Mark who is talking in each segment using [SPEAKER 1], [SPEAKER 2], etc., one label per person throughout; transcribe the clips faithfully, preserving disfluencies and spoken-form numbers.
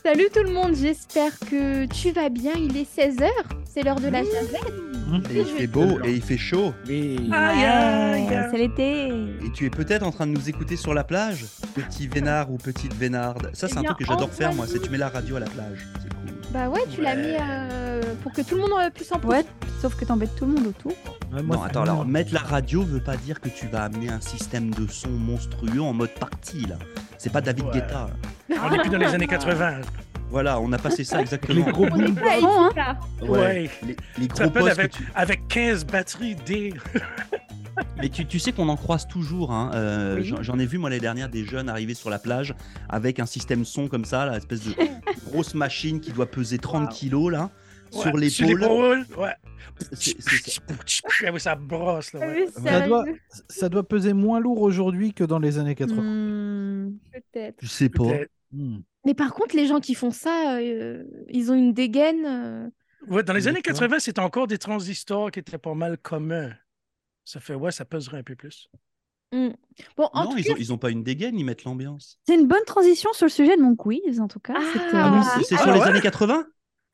[SPEAKER 1] Salut tout le monde, j'espère que tu vas bien. Il est seize heures, c'est l'heure de la jazette.
[SPEAKER 2] Et il fait beau et il fait chaud.
[SPEAKER 3] Oui.
[SPEAKER 4] Aïe, aïe, aïe.
[SPEAKER 5] C'est l'été.
[SPEAKER 2] Et tu es peut-être en train de nous écouter sur la plage, petit vénard ou petite vénarde. Ça, c'est
[SPEAKER 1] Eh
[SPEAKER 2] un
[SPEAKER 1] bien,
[SPEAKER 2] truc que j'adore faire, moi.
[SPEAKER 1] envoyez-
[SPEAKER 2] C'est tu mets la radio à la plage. C'est cool.
[SPEAKER 1] Bah ouais, tu l'as
[SPEAKER 4] Ouais.
[SPEAKER 1] mis euh, pour que tout le monde euh, puisse en
[SPEAKER 5] Ouais,
[SPEAKER 1] profiter.
[SPEAKER 5] sauf que t'embêtes tout le monde autour.
[SPEAKER 3] Ouais, moi,
[SPEAKER 2] Non,
[SPEAKER 3] ça
[SPEAKER 2] attends,
[SPEAKER 3] me-
[SPEAKER 2] alors mettre la radio veut pas dire que tu vas amener un système de son monstrueux en mode party, là. C'est pas David
[SPEAKER 4] Ouais.
[SPEAKER 2] Guetta. là.
[SPEAKER 4] On est plus dans les années quatre-vingts.
[SPEAKER 2] Voilà, on a passé ça exactement.
[SPEAKER 3] Les gros
[SPEAKER 1] On est
[SPEAKER 3] boules.
[SPEAKER 1] pas
[SPEAKER 5] Bon, hein.
[SPEAKER 1] efficace.
[SPEAKER 4] Ouais.
[SPEAKER 2] Les, les
[SPEAKER 4] Tu te
[SPEAKER 2] gros
[SPEAKER 4] rappelles
[SPEAKER 2] postes que
[SPEAKER 4] avec,
[SPEAKER 2] tu...
[SPEAKER 4] avec quinze batteries D.
[SPEAKER 2] Mais tu, tu sais qu'on en croise toujours. Hein. euh,
[SPEAKER 5] Oui.
[SPEAKER 2] j'en, j'en ai vu, moi, l'année dernière, des jeunes arriver sur la plage avec un système son comme ça, là, espèce de grosse machine qui doit peser trente kilos, là, sur
[SPEAKER 4] Ouais,
[SPEAKER 2] l'épaule.
[SPEAKER 4] l'épaule, ouais.
[SPEAKER 2] C'est- c'est
[SPEAKER 4] Ah oui, ça brosse, là,
[SPEAKER 1] Ah
[SPEAKER 4] ouais.
[SPEAKER 1] oui,
[SPEAKER 3] Ça
[SPEAKER 1] sérieux,
[SPEAKER 3] doit, ça doit peser moins lourd aujourd'hui que dans les années quatre-vingts.
[SPEAKER 5] Hmm.
[SPEAKER 1] peut-être.
[SPEAKER 2] Je sais pas.
[SPEAKER 4] Peut-être.
[SPEAKER 3] Hmm.
[SPEAKER 1] Mais par contre, les gens qui font ça, euh, ils ont une dégaine. euh,
[SPEAKER 4] Ouais, dans les années
[SPEAKER 2] D'accord.
[SPEAKER 4] quatre-vingts, c'était encore des transistors qui étaient pas mal communs. Ça fait, ouais, ça pèserait un peu plus.
[SPEAKER 1] hmm. Bon, en
[SPEAKER 2] Non,
[SPEAKER 1] tout
[SPEAKER 2] ils
[SPEAKER 1] cas,
[SPEAKER 2] ont, ils ont pas une dégaine, ils mettent l'ambiance.
[SPEAKER 5] C'est une bonne transition sur le sujet de mon quiz, en tout cas.
[SPEAKER 1] Ah,
[SPEAKER 5] C'était-
[SPEAKER 1] Ah oui,
[SPEAKER 2] C'est, c'est
[SPEAKER 4] ah
[SPEAKER 2] sur les
[SPEAKER 4] ouais
[SPEAKER 2] années quatre-vingts.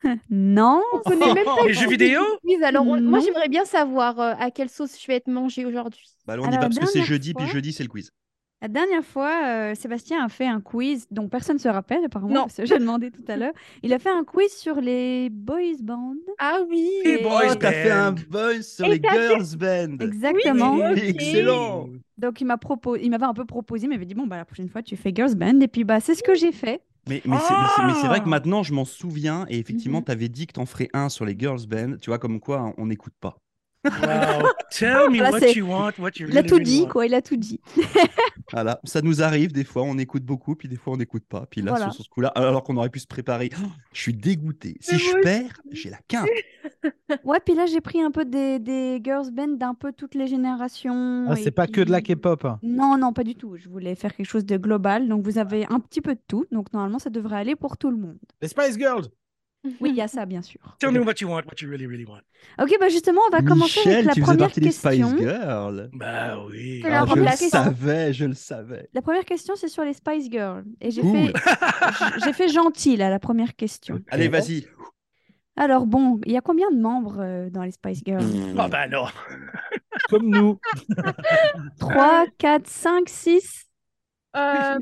[SPEAKER 5] Non.
[SPEAKER 1] on connaît même pas
[SPEAKER 4] Les
[SPEAKER 1] le
[SPEAKER 4] jeux
[SPEAKER 1] sujet
[SPEAKER 4] vidéo
[SPEAKER 1] du quiz. Alors, on- moi,
[SPEAKER 5] Non.
[SPEAKER 1] j'aimerais bien savoir euh, à quelle sauce je vais être mangée aujourd'hui.
[SPEAKER 2] Bah, alors on y
[SPEAKER 5] Alors,
[SPEAKER 2] va parce que c'est
[SPEAKER 5] dernière
[SPEAKER 2] jeudi,
[SPEAKER 5] fois-
[SPEAKER 2] puis jeudi, c'est le quiz.
[SPEAKER 5] La dernière fois, euh, Sébastien a fait un quiz dont personne ne se rappelle, apparemment,
[SPEAKER 1] Non.
[SPEAKER 5] parce que j'ai demandé tout à l'heure. Il a fait un quiz sur les boys bands.
[SPEAKER 1] Ah oui.
[SPEAKER 4] Les
[SPEAKER 5] Et-
[SPEAKER 4] boys
[SPEAKER 2] Oh, t'as fait un
[SPEAKER 4] band.
[SPEAKER 2] buzz sur
[SPEAKER 1] Et
[SPEAKER 2] les
[SPEAKER 1] t'as fait-
[SPEAKER 2] girls band.
[SPEAKER 5] Exactement.
[SPEAKER 1] Oui.
[SPEAKER 2] Excellent.
[SPEAKER 5] Donc, il m'a proposé, il m'avait un peu proposé, il m'avait dit, bon, bah, la prochaine fois, tu fais girls band. Et puis, bah, c'est ce que j'ai fait.
[SPEAKER 2] Mais, mais, c'est, mais, c'est, mais c'est vrai que
[SPEAKER 4] Ah.
[SPEAKER 2] maintenant, je m'en souviens. Et effectivement,
[SPEAKER 5] Mhm.
[SPEAKER 2] t'avais dit que t'en ferais un sur les girls band. Tu vois, comme quoi, on n'écoute pas.
[SPEAKER 4] Wow. Tell me
[SPEAKER 5] Là,
[SPEAKER 4] what
[SPEAKER 5] c'est-
[SPEAKER 4] you want, what you
[SPEAKER 5] Il a
[SPEAKER 4] really,
[SPEAKER 5] tout
[SPEAKER 4] really
[SPEAKER 5] dit,
[SPEAKER 4] want.
[SPEAKER 5] quoi, il a tout dit.
[SPEAKER 2] Voilà, ça nous arrive des fois, on écoute beaucoup, puis des fois on n'écoute pas. Puis là,
[SPEAKER 5] Voilà.
[SPEAKER 2] sur, sur ce coup-là, alors qu'on aurait pu se préparer, oh, je suis dégoûté. Si
[SPEAKER 1] Mais
[SPEAKER 2] je
[SPEAKER 1] moi
[SPEAKER 2] perds, j'ai la quinte.
[SPEAKER 5] Ouais, puis là, j'ai pris un peu des, des girls band d'un peu toutes les générations.
[SPEAKER 3] Ah,
[SPEAKER 5] et
[SPEAKER 3] c'est pas que de la
[SPEAKER 5] puis-
[SPEAKER 3] K-pop. hein.
[SPEAKER 5] Non, non, pas du tout. Je voulais faire quelque chose de global. Donc, vous avez un petit peu de tout. Donc, normalement, ça devrait aller pour tout le monde.
[SPEAKER 3] Les Spice Girls.
[SPEAKER 5] Oui, il y a ça, bien sûr.
[SPEAKER 4] Tell me what you want, what you really, really want.
[SPEAKER 5] Ok, bah justement, on va commencer
[SPEAKER 2] Michel,
[SPEAKER 5] avec la
[SPEAKER 2] tu faisais
[SPEAKER 5] première
[SPEAKER 2] partie des
[SPEAKER 5] question.
[SPEAKER 2] Spice Girls.
[SPEAKER 4] Bah oui.
[SPEAKER 1] C'est la
[SPEAKER 2] Ah, je le
[SPEAKER 1] première question.
[SPEAKER 2] savais, je le savais.
[SPEAKER 5] La première question, c'est sur les Spice Girls. Et j'ai
[SPEAKER 2] Cool.
[SPEAKER 5] fait, j- j'ai fait gentil, là, la première question.
[SPEAKER 2] Allez, vas-y.
[SPEAKER 5] Alors, bon, il y a combien de membres euh, dans les Spice Girls?
[SPEAKER 4] Ah ben non.
[SPEAKER 3] Comme nous.
[SPEAKER 5] trois, quatre, cinq, six?
[SPEAKER 1] Euh,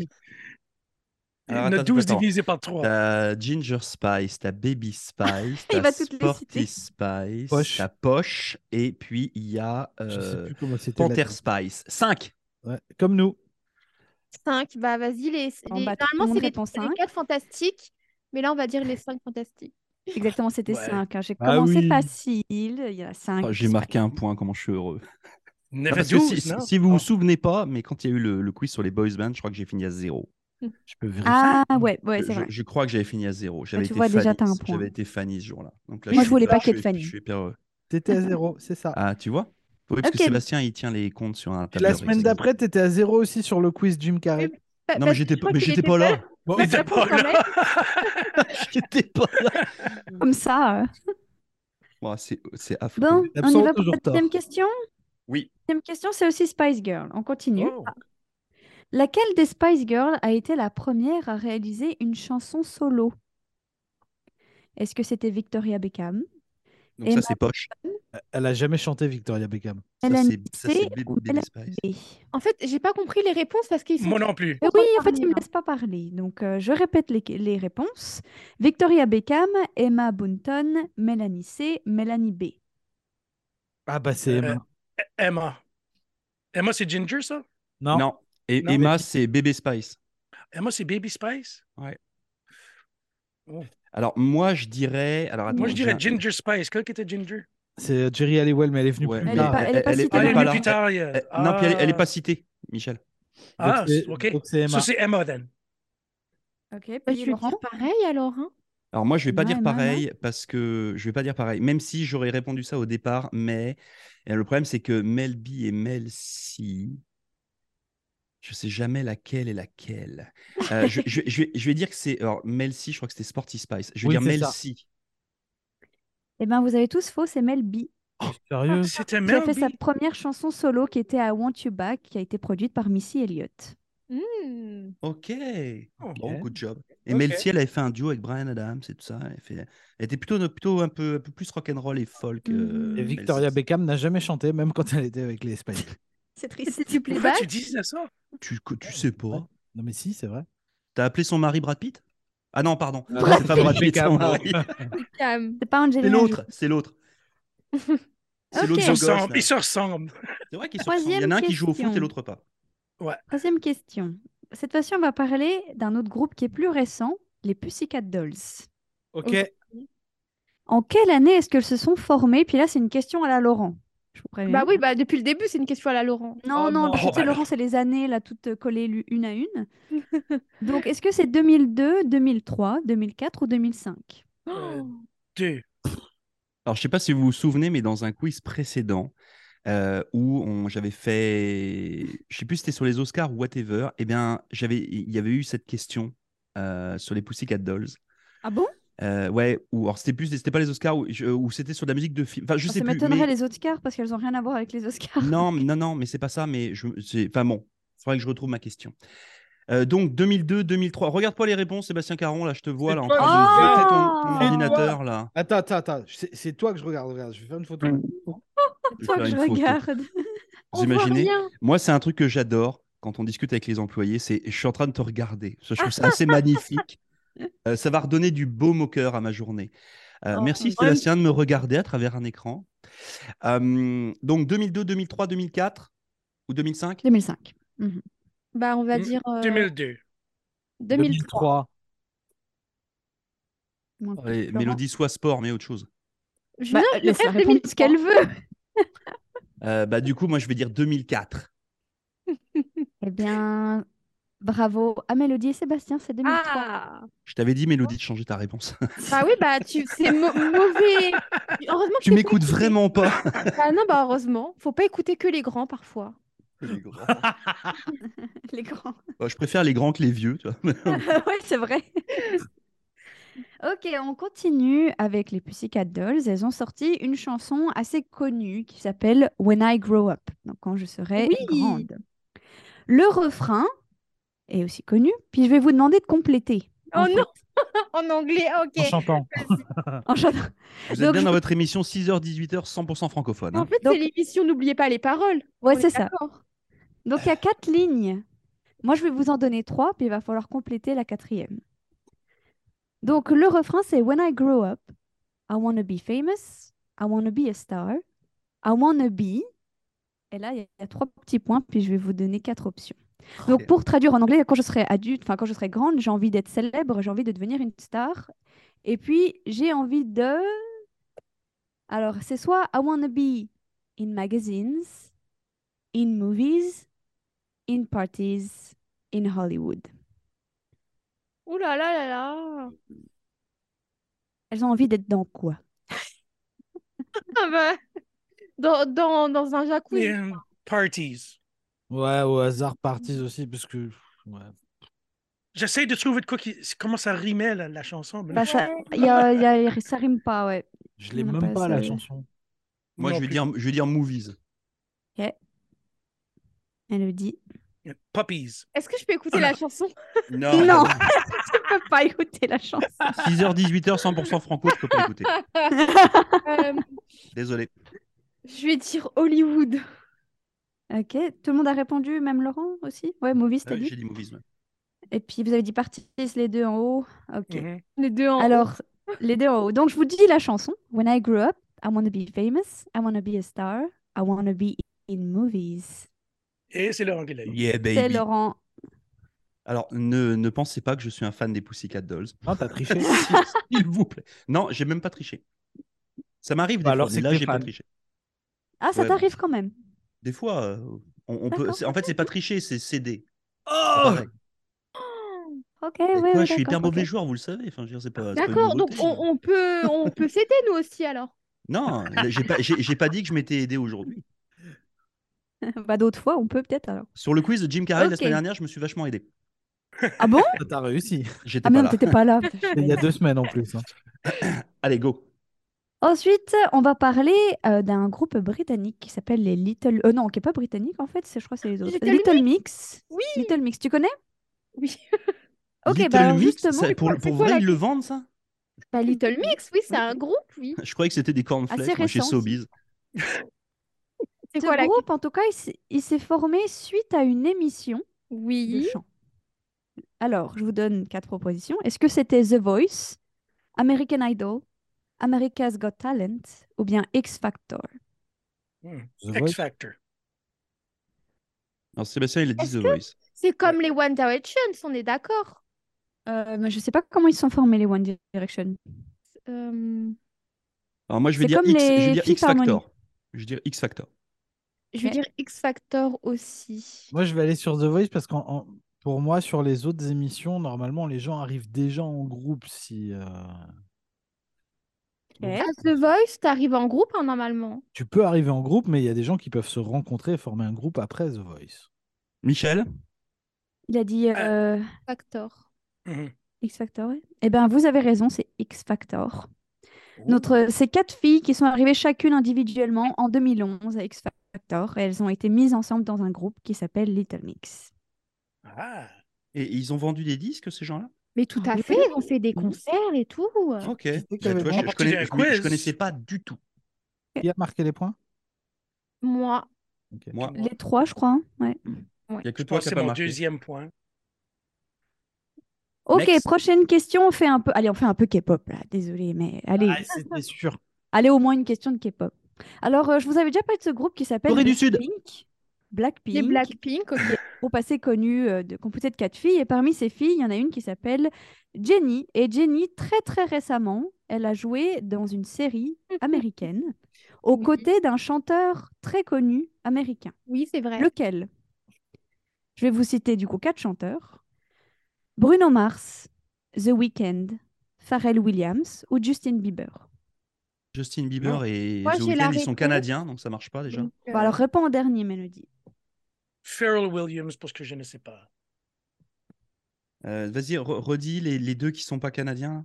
[SPEAKER 2] Alors,
[SPEAKER 4] Il y en a
[SPEAKER 2] attends,
[SPEAKER 4] douze
[SPEAKER 2] attends.
[SPEAKER 4] divisé par trois.
[SPEAKER 2] T'as Ginger Spice, t'as Baby Spice,
[SPEAKER 5] Il
[SPEAKER 2] t'as
[SPEAKER 5] va toutes les
[SPEAKER 2] Sporty
[SPEAKER 5] citer.
[SPEAKER 2] Spice,
[SPEAKER 3] Poche.
[SPEAKER 2] t'as Poche, et puis il y a
[SPEAKER 3] Je sais
[SPEAKER 2] euh,
[SPEAKER 3] plus comment c'était.
[SPEAKER 2] Panther
[SPEAKER 3] la-
[SPEAKER 2] Spice. cinq.
[SPEAKER 3] Ouais, Comme nous.
[SPEAKER 1] cinq, bah vas-y. Les,
[SPEAKER 5] Bon,
[SPEAKER 1] les-
[SPEAKER 5] bah, tout le
[SPEAKER 1] Normalement,
[SPEAKER 5] monde
[SPEAKER 1] c'est les,
[SPEAKER 5] répond
[SPEAKER 1] c'est les
[SPEAKER 5] cinq.
[SPEAKER 1] quatre fantastiques. Mais là, on va dire les cinq fantastiques.
[SPEAKER 5] Exactement, c'était
[SPEAKER 4] Ouais.
[SPEAKER 5] cinq. J'ai
[SPEAKER 3] Ah
[SPEAKER 5] commencé
[SPEAKER 3] oui.
[SPEAKER 5] facile. Il y a cinq.
[SPEAKER 2] Oh, j'ai marqué un point, comment je suis heureux.
[SPEAKER 4] neuf
[SPEAKER 2] Parce
[SPEAKER 4] et
[SPEAKER 2] que
[SPEAKER 4] douze,
[SPEAKER 2] si,
[SPEAKER 4] non?
[SPEAKER 2] si vous vous
[SPEAKER 4] Ah.
[SPEAKER 2] souvenez pas, mais quand il y a eu le, le quiz sur les boys bands, je crois que j'ai fini à zéro.
[SPEAKER 3] Je peux vérifier.
[SPEAKER 5] Ah, ouais, ouais,
[SPEAKER 2] je,
[SPEAKER 5] c'est vrai.
[SPEAKER 2] je- je crois que j'avais fini à zéro. J'avais
[SPEAKER 5] tu
[SPEAKER 2] été
[SPEAKER 5] vois, déjà,
[SPEAKER 2] Fanny.
[SPEAKER 5] t'as un point.
[SPEAKER 2] J'avais été Fanny ce jour-là. Donc là,
[SPEAKER 5] Moi,
[SPEAKER 2] je
[SPEAKER 5] je voulais
[SPEAKER 2] suis
[SPEAKER 5] pas
[SPEAKER 2] hyper-
[SPEAKER 5] qu'être
[SPEAKER 2] je suis-
[SPEAKER 5] Fanny.
[SPEAKER 2] Je suis hyper heureux.
[SPEAKER 3] T'étais à zéro, c'est ça.
[SPEAKER 2] Ah, tu vois? Oui, parce
[SPEAKER 5] Ok.
[SPEAKER 2] que Sébastien, il tient les comptes sur un
[SPEAKER 3] Puis
[SPEAKER 2] tableur
[SPEAKER 3] la semaine
[SPEAKER 2] Excel.
[SPEAKER 3] d'après, t'étais à zéro aussi sur le quiz Jim Carrey.
[SPEAKER 1] Pa-
[SPEAKER 2] Non, mais
[SPEAKER 1] parce
[SPEAKER 2] j'étais
[SPEAKER 1] que je
[SPEAKER 2] pas,
[SPEAKER 1] crois
[SPEAKER 2] mais
[SPEAKER 1] qu'il
[SPEAKER 2] j'étais
[SPEAKER 1] était
[SPEAKER 2] pas là.
[SPEAKER 3] Bon,
[SPEAKER 4] Il était
[SPEAKER 1] Pas
[SPEAKER 4] pas
[SPEAKER 1] quand
[SPEAKER 4] là.
[SPEAKER 1] même.
[SPEAKER 2] J'étais pas là.
[SPEAKER 5] Comme ça. euh.
[SPEAKER 2] Bon, c'est c'est affreux.
[SPEAKER 5] Bon, on y
[SPEAKER 3] L'absent
[SPEAKER 5] va pour
[SPEAKER 3] toujours
[SPEAKER 5] la deuxième
[SPEAKER 3] tort.
[SPEAKER 5] question.
[SPEAKER 2] Oui.
[SPEAKER 5] Deuxième question, c'est aussi Spice Girl. On continue.
[SPEAKER 4] Oh.
[SPEAKER 5] Laquelle des Spice Girls a été la première à réaliser une chanson solo? Est-ce que c'était Victoria Beckham,
[SPEAKER 2] Donc
[SPEAKER 5] Et
[SPEAKER 2] ça,
[SPEAKER 5] ma-
[SPEAKER 2] c'est Poche.
[SPEAKER 3] Elle a jamais chanté Victoria Beckham.
[SPEAKER 2] Ça,
[SPEAKER 5] Mélanie
[SPEAKER 2] c'est ça, c'est
[SPEAKER 5] C
[SPEAKER 2] Baby
[SPEAKER 5] ou
[SPEAKER 2] Baby
[SPEAKER 5] Mélanie
[SPEAKER 2] Spice.
[SPEAKER 5] B?
[SPEAKER 1] En fait, j'ai pas compris les réponses parce qu'ils sont.
[SPEAKER 4] Moi non plus.
[SPEAKER 5] Eh
[SPEAKER 1] Trop
[SPEAKER 5] oui, en fait,
[SPEAKER 1] parler,
[SPEAKER 5] il me
[SPEAKER 1] hein.
[SPEAKER 5] laisse pas parler. Donc, euh, je répète les, les réponses. Victoria Beckham, Emma Bunton, Mélanie C, Mélanie B.
[SPEAKER 3] Ah bah c'est
[SPEAKER 4] Euh,
[SPEAKER 3] Emma.
[SPEAKER 4] Emma. Emma, c'est Ginger, ça?
[SPEAKER 3] Non.
[SPEAKER 2] Non. Et
[SPEAKER 4] Non,
[SPEAKER 2] Emma,
[SPEAKER 3] mais-
[SPEAKER 2] c'est Bébé Spice.
[SPEAKER 4] Emma, c'est Baby Spice?
[SPEAKER 2] Alors, moi, je dirais. Alors, attends,
[SPEAKER 4] Moi, je dirais
[SPEAKER 2] j'ai un-
[SPEAKER 4] Ginger Spice. Quelle qui était Ginger?
[SPEAKER 3] C'est Jerry Halliwell, mais elle est venue
[SPEAKER 2] Ouais,
[SPEAKER 3] plus
[SPEAKER 5] Elle
[SPEAKER 2] mais
[SPEAKER 5] est
[SPEAKER 3] tard.
[SPEAKER 5] pas- elle est pas citée
[SPEAKER 4] Ah, elle
[SPEAKER 5] dans
[SPEAKER 4] est
[SPEAKER 5] pas
[SPEAKER 4] venue
[SPEAKER 5] là.
[SPEAKER 4] plus tard. yeah.
[SPEAKER 2] Euh, Non, puis elle, elle est
[SPEAKER 4] Ah.
[SPEAKER 2] pas citée, Michel.
[SPEAKER 4] Ah,
[SPEAKER 3] Donc c'est-
[SPEAKER 4] ok.
[SPEAKER 3] donc c'est Emma.
[SPEAKER 4] Ça, c'est Emma, then.
[SPEAKER 5] Ok,
[SPEAKER 1] Bah,
[SPEAKER 5] puis
[SPEAKER 1] je vais
[SPEAKER 5] Laurent.
[SPEAKER 1] dire pareil alors. Hein.
[SPEAKER 2] Alors moi, je vais pas
[SPEAKER 5] Emma,
[SPEAKER 2] dire
[SPEAKER 5] Emma,
[SPEAKER 2] pareil parce que je vais pas dire pareil, même si j'aurais répondu ça au départ, mais et le problème c'est que Mel B et Mel C, je sais jamais laquelle est laquelle. Euh, je, je- je vais, je vais dire que c'est alors Mel C, je crois que c'était Sporty Spice. Je vais
[SPEAKER 3] Oui,
[SPEAKER 2] dire
[SPEAKER 3] c'est
[SPEAKER 2] Mel
[SPEAKER 3] ça.
[SPEAKER 2] C.
[SPEAKER 5] Eh bien, vous avez tous faux, c'est Mel B.
[SPEAKER 3] Sérieux?
[SPEAKER 4] C'était
[SPEAKER 5] Qui a
[SPEAKER 4] Mel
[SPEAKER 5] fait sa
[SPEAKER 4] B.
[SPEAKER 5] première chanson solo qui était I Want You Back, qui a été produite par Missy Elliott.
[SPEAKER 1] Hmm.
[SPEAKER 2] Ok.
[SPEAKER 4] Oh.
[SPEAKER 2] Bon, good job. Et
[SPEAKER 4] Ok.
[SPEAKER 2] Mel C, elle avait fait un duo avec Bryan Adams et tout ça. Elle, fait... elle était plutôt, plutôt un, peu, un peu plus rock'n'roll et folk.
[SPEAKER 5] Mhm.
[SPEAKER 2] euh,
[SPEAKER 3] Et
[SPEAKER 2] Mel
[SPEAKER 3] Victoria
[SPEAKER 2] C.
[SPEAKER 3] Beckham n'a jamais chanté, même quand elle était avec les Espagnols.
[SPEAKER 5] C'est
[SPEAKER 1] C'était
[SPEAKER 5] triste.
[SPEAKER 1] du
[SPEAKER 4] Pourquoi
[SPEAKER 1] playback.
[SPEAKER 4] tu disais ça?
[SPEAKER 2] Tu, que tu sais
[SPEAKER 3] Ouais.
[SPEAKER 2] pas.
[SPEAKER 3] Non, mais si, c'est vrai.
[SPEAKER 2] T'as appelé son mari Brad Pitt? Ah non, pardon.
[SPEAKER 3] Ah
[SPEAKER 1] non,
[SPEAKER 2] C'est pas Brad Pitt, son mari.
[SPEAKER 1] Calme.
[SPEAKER 5] C'est pas
[SPEAKER 2] C'est
[SPEAKER 5] Angelina Jolie.
[SPEAKER 2] l'autre. C'est l'autre. C'est
[SPEAKER 5] Ok.
[SPEAKER 2] l'autre
[SPEAKER 4] Ils
[SPEAKER 2] beau
[SPEAKER 4] se
[SPEAKER 2] gosse,
[SPEAKER 4] ressemblent.
[SPEAKER 2] là.
[SPEAKER 4] Ils se ressemblent.
[SPEAKER 2] C'est vrai qu'ils se ressemblent. Il y en
[SPEAKER 5] Troisième
[SPEAKER 2] a un qui joue au foot et
[SPEAKER 5] question.
[SPEAKER 2] l'autre pas.
[SPEAKER 4] Ouais.
[SPEAKER 5] Troisième question. Cette fois-ci, on va parler d'un autre groupe qui est plus récent, les Pussycat Dolls.
[SPEAKER 3] Ok.
[SPEAKER 1] Ok.
[SPEAKER 5] En quelle année est-ce qu'elles se sont formées? Puis là, c'est une question à la Laurent. Je vous préviens.
[SPEAKER 1] Bah oui, bah depuis le début, c'est une question à la Laurent.
[SPEAKER 5] Non,
[SPEAKER 3] Oh
[SPEAKER 5] non,
[SPEAKER 3] non.
[SPEAKER 5] parce que
[SPEAKER 4] Oh,
[SPEAKER 5] tu sais,
[SPEAKER 4] bah
[SPEAKER 5] Laurent,
[SPEAKER 4] alors.
[SPEAKER 5] c'est les années, là, toutes euh, collées lu- une à une. Donc, est-ce que c'est deux mille deux, deux mille trois, deux mille quatre ou deux mille cinq?
[SPEAKER 4] Euh,
[SPEAKER 1] Oh.
[SPEAKER 4] deux.
[SPEAKER 2] Alors, je sais pas si vous vous souvenez, mais dans un quiz précédent, euh, où on- j'avais fait, je sais plus si c'était sur les Oscars ou whatever, eh bien, j'avais, il y avait eu cette question euh, sur les Pussycat Dolls.
[SPEAKER 5] Ah bon?
[SPEAKER 2] Euh, ouais, ou alors c'était plus, c'était pas les Oscars, ou, je- ou c'était sur de la musique de film. Enfin, je
[SPEAKER 5] Ah,
[SPEAKER 2] sais
[SPEAKER 5] ça
[SPEAKER 2] plus.
[SPEAKER 5] m'étonnerait
[SPEAKER 2] Mais
[SPEAKER 5] les Oscars parce qu'elles n'ont rien à voir avec les Oscars.
[SPEAKER 2] non, non, non, mais c'est pas ça. Mais je, c'est, enfin bon, il faudrait que je retrouve ma question. Euh, donc deux mille deux, deux mille trois. Regarde pas les réponses, Sébastien Caron. Là, je te vois
[SPEAKER 3] C'est
[SPEAKER 2] là en
[SPEAKER 3] toi
[SPEAKER 2] train
[SPEAKER 3] que
[SPEAKER 2] de
[SPEAKER 3] je
[SPEAKER 2] jeter
[SPEAKER 3] regarde.
[SPEAKER 2] ton, ton
[SPEAKER 5] C'est
[SPEAKER 2] ordinateur là.
[SPEAKER 3] Attends, attends, attends. C'est c'est toi que je regarde. Regarde, je vais faire une photo.
[SPEAKER 5] C'est
[SPEAKER 2] Je vais
[SPEAKER 5] toi
[SPEAKER 2] faire
[SPEAKER 5] que je
[SPEAKER 2] une photo.
[SPEAKER 5] regarde.
[SPEAKER 2] Vous
[SPEAKER 1] On voit
[SPEAKER 2] imaginez?
[SPEAKER 1] rien.
[SPEAKER 2] Moi, c'est un truc que j'adore quand on discute avec les employés. C'est, je suis en train de te regarder. Je trouve ça assez magnifique. Euh, ça va redonner du baume au cœur à ma journée. Euh,
[SPEAKER 1] Oh,
[SPEAKER 2] merci
[SPEAKER 1] oui.
[SPEAKER 2] Sébastien de me regarder à travers un écran. Euh, donc deux mille deux, deux mille trois, deux mille quatre ou deux mille cinq?
[SPEAKER 5] deux mille cinq. Mhm.
[SPEAKER 1] Bah on va
[SPEAKER 4] Mm,
[SPEAKER 1] dire euh,
[SPEAKER 4] deux mille deux.
[SPEAKER 1] deux mille trois.
[SPEAKER 3] deux mille trois.
[SPEAKER 5] Donc,
[SPEAKER 2] Allez,
[SPEAKER 5] Laurent.
[SPEAKER 2] Mélodie, soit sport, mais autre chose.
[SPEAKER 1] Je,
[SPEAKER 5] Bah,
[SPEAKER 1] non,
[SPEAKER 5] euh,
[SPEAKER 1] je
[SPEAKER 5] laisse-la
[SPEAKER 1] rêve
[SPEAKER 5] répondre ce qu'elle
[SPEAKER 1] deux mille trois.
[SPEAKER 5] veut.
[SPEAKER 2] Euh, bah, du coup, moi, je vais dire deux mille quatre.
[SPEAKER 5] Eh bien, bravo à Mélodie et Sébastien, c'est deux mille trois.
[SPEAKER 1] Ah.
[SPEAKER 2] Je t'avais dit, Mélodie, de changer ta réponse.
[SPEAKER 1] Bah oui, bah tu c'est mau- mauvais. Heureusement que
[SPEAKER 2] Tu
[SPEAKER 1] t'es pas
[SPEAKER 2] m'écoutes
[SPEAKER 1] écouté.
[SPEAKER 2] vraiment pas.
[SPEAKER 1] Ah non, bah heureusement. Faut pas écouter que les grands parfois.
[SPEAKER 2] Les grands.
[SPEAKER 5] Les grands.
[SPEAKER 2] Bah, je préfère les grands que les vieux. Tu vois.
[SPEAKER 5] Ouais, c'est vrai. Ok, on continue avec les Pussycat Dolls. Elles ont sorti une chanson assez connue qui s'appelle When I Grow Up, donc quand je serai
[SPEAKER 1] Oui.
[SPEAKER 5] grande. Le refrain est aussi connu, puis je vais vous demander de compléter. en
[SPEAKER 1] Oh
[SPEAKER 5] fait,
[SPEAKER 1] non, en anglais, ok.
[SPEAKER 3] En chantant.
[SPEAKER 5] en chantant.
[SPEAKER 2] Vous êtes
[SPEAKER 5] Donc,
[SPEAKER 2] bien
[SPEAKER 5] je-
[SPEAKER 2] dans votre émission six heures dix-huit heures cent pour cent francophone.
[SPEAKER 1] En
[SPEAKER 2] Hein.
[SPEAKER 1] fait,
[SPEAKER 5] Donc-
[SPEAKER 1] c'est l'émission N'oubliez pas les paroles.
[SPEAKER 5] Ouais,
[SPEAKER 1] On est
[SPEAKER 5] c'est ça.
[SPEAKER 1] d'accord.
[SPEAKER 5] Donc il y a quatre lignes. Moi, je vais vous en donner trois, puis il va falloir compléter la quatrième. Donc le refrain, c'est When I grow up, I want to be famous, I want to be a star, I want to be. Et là, il y, a- il y a trois petits points, puis je vais vous donner quatre options. Donc
[SPEAKER 2] Ok.
[SPEAKER 5] pour traduire en anglais, quand je serai adulte, enfin quand je serai grande, j'ai envie d'être célèbre, j'ai envie de devenir une star. Et puis j'ai envie de. Alors c'est soit I want to be in magazines, in movies, in parties, in Hollywood.
[SPEAKER 1] Ouh là là là là.
[SPEAKER 5] Elles ont envie d'être dans quoi?
[SPEAKER 1] Ah bah, dans, dans, dans un jacuzzi.
[SPEAKER 4] In parties.
[SPEAKER 3] Ouais, au hasard parties aussi, parce que. Ouais.
[SPEAKER 4] J'essaie de trouver de quoi qui... comment ça rimait la, la chanson. mais
[SPEAKER 5] Bah,
[SPEAKER 4] là,
[SPEAKER 5] ça, y a, y a- ça rime pas, ouais.
[SPEAKER 3] Je l'ai
[SPEAKER 5] On a
[SPEAKER 3] même pas, la
[SPEAKER 5] assez-
[SPEAKER 3] chanson.
[SPEAKER 2] Moi,
[SPEAKER 4] non
[SPEAKER 2] je vais,
[SPEAKER 4] plus.
[SPEAKER 2] dire, je vais dire movies.
[SPEAKER 5] Elle le dit.
[SPEAKER 4] Puppies.
[SPEAKER 1] Est-ce que je peux écouter la chanson?
[SPEAKER 2] Non.
[SPEAKER 5] Non, tu peux pas écouter la chanson.
[SPEAKER 2] six heures dix-huit heures cent pour cent franco, je peux pas écouter.
[SPEAKER 1] Euh,
[SPEAKER 2] Désolé.
[SPEAKER 1] je vais dire Hollywood.
[SPEAKER 5] Ok, tout le monde a répondu, même Laurent aussi? Ouais, Movies, t'as
[SPEAKER 2] Ouais,
[SPEAKER 5] dit?
[SPEAKER 2] j'ai dit movies. Ouais.
[SPEAKER 5] Et puis vous avez dit Parties, les deux en haut. Ok.
[SPEAKER 4] Mhm.
[SPEAKER 1] Les deux en haut.
[SPEAKER 5] Alors, les deux en haut. Donc, je vous dis la chanson. When I grew up, I want to be famous, I want to be a star, I want to be in movies.
[SPEAKER 4] Et c'est Laurent qui l'a eu.
[SPEAKER 2] Yeah,
[SPEAKER 5] C'est
[SPEAKER 2] baby.
[SPEAKER 5] Laurent.
[SPEAKER 2] Alors, ne, ne pensez pas que je suis un fan des Pussycat Dolls.
[SPEAKER 3] Non, t'as triché.
[SPEAKER 2] S'il vous plaît. Non, j'ai même pas triché. Ça m'arrive des
[SPEAKER 3] Bah alors,
[SPEAKER 2] fois, mais
[SPEAKER 3] c'est que
[SPEAKER 2] là,
[SPEAKER 3] t'es
[SPEAKER 2] j'ai pas
[SPEAKER 3] fan.
[SPEAKER 2] triché.
[SPEAKER 5] Ah, ça
[SPEAKER 2] Ouais,
[SPEAKER 5] t'arrive quand même.
[SPEAKER 2] Des fois, euh, on, on peut.
[SPEAKER 5] D'accord.
[SPEAKER 2] c'est- En fait, c'est pas tricher, c'est céder. C'est
[SPEAKER 4] Oh!
[SPEAKER 2] pareil.
[SPEAKER 5] Ok,
[SPEAKER 2] Et
[SPEAKER 5] ouais,
[SPEAKER 2] quoi,
[SPEAKER 5] ouais,
[SPEAKER 2] je suis hyper
[SPEAKER 5] d'accord,
[SPEAKER 2] mauvais
[SPEAKER 5] ok.
[SPEAKER 2] joueur, vous le savez. Enfin, je veux dire, c'est pas, c'est pas une
[SPEAKER 1] D'accord, donc
[SPEAKER 2] nouveauté.
[SPEAKER 1] on, on peut, on peut s'aider nous aussi alors.
[SPEAKER 2] Non, là, j'ai pas, j'ai, j'ai pas dit que je m'étais aidé aujourd'hui.
[SPEAKER 5] Bah, d'autres fois, on peut peut-être alors.
[SPEAKER 2] Sur le quiz de Jim Carrey la
[SPEAKER 5] Ok.
[SPEAKER 2] semaine dernière, je me suis vachement aidé.
[SPEAKER 5] Ah bon?
[SPEAKER 3] Ça t'a réussi.
[SPEAKER 2] J'étais
[SPEAKER 5] Ah
[SPEAKER 2] pas
[SPEAKER 5] merde,
[SPEAKER 2] là.
[SPEAKER 5] t'étais pas là. Putain, je
[SPEAKER 3] Il y a
[SPEAKER 5] suis
[SPEAKER 3] deux semaines en plus. hein.
[SPEAKER 2] Allez, go.
[SPEAKER 5] Ensuite, on va parler euh, d'un groupe britannique qui s'appelle les Little... Euh, non, qui n'est pas britannique en fait, c'est- je crois que c'est les autres.
[SPEAKER 1] Little
[SPEAKER 5] Little Mix.
[SPEAKER 1] Oui.
[SPEAKER 5] Little Mix, tu connais?
[SPEAKER 1] Oui.
[SPEAKER 5] Ok,
[SPEAKER 2] Little
[SPEAKER 5] bah alors
[SPEAKER 2] Mix,
[SPEAKER 5] justement,
[SPEAKER 2] ça-
[SPEAKER 1] c'est
[SPEAKER 2] pour,
[SPEAKER 1] quoi- c'est
[SPEAKER 2] pour
[SPEAKER 1] quoi
[SPEAKER 2] vrai,
[SPEAKER 1] la
[SPEAKER 2] ils le
[SPEAKER 1] question
[SPEAKER 2] vendent, ça?
[SPEAKER 1] Bah, Little Mix, oui, c'est un groupe, oui.
[SPEAKER 2] Je croyais que c'était des
[SPEAKER 5] assez
[SPEAKER 2] cornflakes, moi, chez
[SPEAKER 5] récent aussi.
[SPEAKER 2] Sobeys.
[SPEAKER 1] C'est
[SPEAKER 5] Ce
[SPEAKER 1] quoi la
[SPEAKER 5] groupe, en tout cas, il s'est- il s'est formé suite à une émission de
[SPEAKER 1] Oui.
[SPEAKER 5] chant. Alors, je vous donne quatre propositions. Est-ce que c'était The Voice, American Idol, America's Got Talent ou bien X Factor?
[SPEAKER 4] Hmm.
[SPEAKER 3] The
[SPEAKER 4] X
[SPEAKER 3] Voice.
[SPEAKER 4] Factor.
[SPEAKER 2] Alors, Sébastien, il a dit
[SPEAKER 1] Est-ce
[SPEAKER 2] The
[SPEAKER 1] que-
[SPEAKER 2] Voice.
[SPEAKER 1] C'est comme les One Direction, on est d'accord.
[SPEAKER 5] Euh, mais je sais pas comment ils se sont formés, les One Direction.
[SPEAKER 1] Euh,
[SPEAKER 2] Alors, moi, je vais
[SPEAKER 5] C'est
[SPEAKER 2] dire
[SPEAKER 5] comme
[SPEAKER 2] X, je vais
[SPEAKER 5] les
[SPEAKER 2] dire
[SPEAKER 5] Fifth
[SPEAKER 2] X
[SPEAKER 5] Harmony.
[SPEAKER 2] Factor. Je vais dire X Factor.
[SPEAKER 1] Je vais
[SPEAKER 5] Ok.
[SPEAKER 1] dire X Factor aussi.
[SPEAKER 3] Moi, je vais aller sur The Voice parce que pour moi, sur les autres émissions, normalement, les gens arrivent déjà en groupe. Si euh,
[SPEAKER 5] Ok.
[SPEAKER 1] À The Voice, t'arrives en groupe, hein, normalement.
[SPEAKER 3] tu peux arriver en groupe, mais il y a des gens qui peuvent se rencontrer et former un groupe après The Voice.
[SPEAKER 2] Michel?
[SPEAKER 5] Il a dit euh,
[SPEAKER 1] Factor.
[SPEAKER 4] Mhm.
[SPEAKER 5] X Factor, ouais. Eh bien, vous avez raison, c'est X Factor.
[SPEAKER 4] Oh.
[SPEAKER 5] Notre, ces quatre filles qui sont arrivées chacune individuellement en deux mille onze à X Factor, et elles ont été mises ensemble dans un groupe qui s'appelle Little Mix.
[SPEAKER 4] Ah.
[SPEAKER 2] Et ils ont vendu des disques, ces gens-là?
[SPEAKER 1] Mais tout à
[SPEAKER 5] Oui,
[SPEAKER 1] fait,
[SPEAKER 5] oui.
[SPEAKER 1] ils ont fait des
[SPEAKER 3] Oui.
[SPEAKER 1] concerts et tout.
[SPEAKER 2] Ok.
[SPEAKER 3] Qui c'est qui
[SPEAKER 2] Bah,
[SPEAKER 3] avait
[SPEAKER 2] tu vois,
[SPEAKER 3] bon
[SPEAKER 2] je, je,
[SPEAKER 4] parti
[SPEAKER 2] connais-
[SPEAKER 4] d'un
[SPEAKER 2] je, m'y- je
[SPEAKER 4] quiz.
[SPEAKER 2] connaissais pas du tout.
[SPEAKER 3] Qui a marqué les points?
[SPEAKER 1] Moi.
[SPEAKER 3] Ok.
[SPEAKER 2] Moi,
[SPEAKER 4] Moi.
[SPEAKER 5] Les trois, je crois, hein. Ouais.
[SPEAKER 2] il n'y a que
[SPEAKER 4] Je
[SPEAKER 2] toi
[SPEAKER 4] pense
[SPEAKER 2] qui
[SPEAKER 4] que
[SPEAKER 2] n'as
[SPEAKER 4] c'est
[SPEAKER 2] pas
[SPEAKER 4] mon
[SPEAKER 2] marqué.
[SPEAKER 4] deuxième point.
[SPEAKER 5] Ok,
[SPEAKER 2] Next.
[SPEAKER 5] prochaine question. On fait un peu. Allez, on fait un peu K-pop là. Désolé, mais allez,
[SPEAKER 3] Ah, c'était sûr.
[SPEAKER 5] allez au moins une question de K-pop. Alors, euh, je vous avais déjà parlé de ce groupe qui s'appelle
[SPEAKER 2] Corée du Sud.
[SPEAKER 5] Blackpink.
[SPEAKER 1] Les
[SPEAKER 5] Blackpink.
[SPEAKER 1] Blackpink, ok.
[SPEAKER 5] Groupe assez connu, euh, de, composé de quatre filles. Et parmi ces filles, il y en a une qui s'appelle Jennie. Et Jennie, très très récemment, elle a joué dans une série américaine aux
[SPEAKER 1] Oui.
[SPEAKER 5] côtés d'un chanteur très connu américain.
[SPEAKER 1] Oui, c'est vrai.
[SPEAKER 5] Lequel? Je vais vous citer du coup quatre chanteurs. Bruno Mars, The Weeknd, Pharrell Williams ou Justin Bieber.
[SPEAKER 2] Justin Bieber
[SPEAKER 4] Non.
[SPEAKER 2] et
[SPEAKER 1] Moi,
[SPEAKER 2] The
[SPEAKER 1] j'ai la
[SPEAKER 2] Weeknd, ils sont
[SPEAKER 1] réponse.
[SPEAKER 2] canadiens, donc ça marche pas déjà.
[SPEAKER 1] Donc,
[SPEAKER 5] Bon, alors
[SPEAKER 1] euh,
[SPEAKER 5] réponds en dernier, Mélodie.
[SPEAKER 4] Pharrell Williams, parce que je ne sais pas.
[SPEAKER 2] Euh, vas-y, re- redis les, les deux qui sont pas canadiens.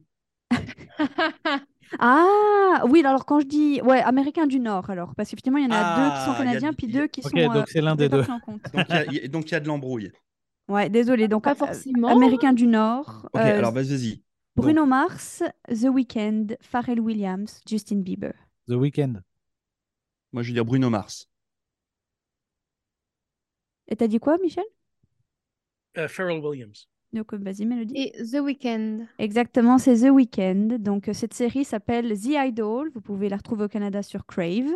[SPEAKER 5] Ah oui, alors quand je dis ouais, américain du Nord, alors parce qu'effectivement il y en a deux qui sont
[SPEAKER 2] Ah, il y a
[SPEAKER 5] canadiens
[SPEAKER 2] du-
[SPEAKER 5] puis
[SPEAKER 2] il y a-
[SPEAKER 5] deux qui
[SPEAKER 3] Ok,
[SPEAKER 5] sont
[SPEAKER 3] donc c'est l'un des
[SPEAKER 5] pas
[SPEAKER 3] deux.
[SPEAKER 5] pris en compte.
[SPEAKER 2] Donc il y a- il y a, donc, il y a de l'embrouille.
[SPEAKER 5] Ouais, désolé. Donc
[SPEAKER 1] Pas
[SPEAKER 5] euh,
[SPEAKER 1] forcément.
[SPEAKER 5] américain du Nord,
[SPEAKER 2] Ok,
[SPEAKER 5] euh,
[SPEAKER 2] alors vas- vas-y. Donc,
[SPEAKER 5] Bruno Mars, The Weeknd, Pharrell Williams, Justin Bieber.
[SPEAKER 3] The Weeknd.
[SPEAKER 2] moi, je veux dire Bruno Mars.
[SPEAKER 5] Et t'as dit quoi, Michel?
[SPEAKER 4] Euh, Pharrell Williams.
[SPEAKER 5] Donc euh, vas-y, Mélodie.
[SPEAKER 1] Et The Weeknd.
[SPEAKER 5] Exactement, c'est The Weeknd. Donc, euh, cette série s'appelle The Idol. Vous pouvez la retrouver au Canada sur Crave.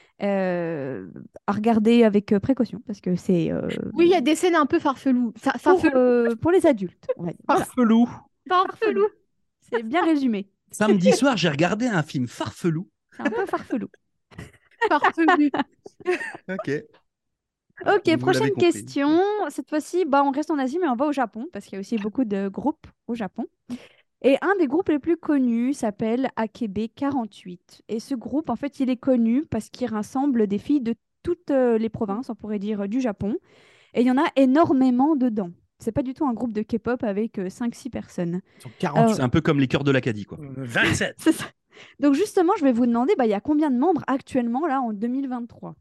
[SPEAKER 5] Euh, à regarder avec euh, précaution parce que c'est euh,
[SPEAKER 1] Oui, il y a des scènes un peu farfelues. Fa-
[SPEAKER 5] pour,
[SPEAKER 1] farfelues.
[SPEAKER 5] euh, pour les adultes. On va dire. Voilà.
[SPEAKER 3] Farfelou.
[SPEAKER 1] Farfelues.
[SPEAKER 5] C'est bien résumé.
[SPEAKER 2] Samedi soir, j'ai regardé un film farfelou.
[SPEAKER 5] C'est un peu farfelou.
[SPEAKER 1] Farfelues.
[SPEAKER 2] Ok.
[SPEAKER 5] Ok,
[SPEAKER 2] Vous l'avez
[SPEAKER 5] prochaine
[SPEAKER 2] compris.
[SPEAKER 5] question. Cette fois-ci, bah, on reste en Asie, mais on va au Japon parce qu'il y a aussi beaucoup de groupes au Japon. Et un des groupes les plus connus s'appelle A K B quarante-huit. Et ce groupe, en fait, il est connu parce qu'il rassemble des filles de toutes euh, les provinces, on pourrait dire, du Japon. Et il y en a énormément dedans. C'est pas du tout un groupe de K-pop avec euh, cinq six personnes.
[SPEAKER 3] Ils sont quarante-huit.
[SPEAKER 2] C'est un peu comme les cœurs de l'Acadie, quoi.
[SPEAKER 4] Euh, vingt-sept.
[SPEAKER 5] C'est ça. Donc justement, je vais vous demander, bah, il y a combien de membres actuellement, là, en deux mille vingt-trois?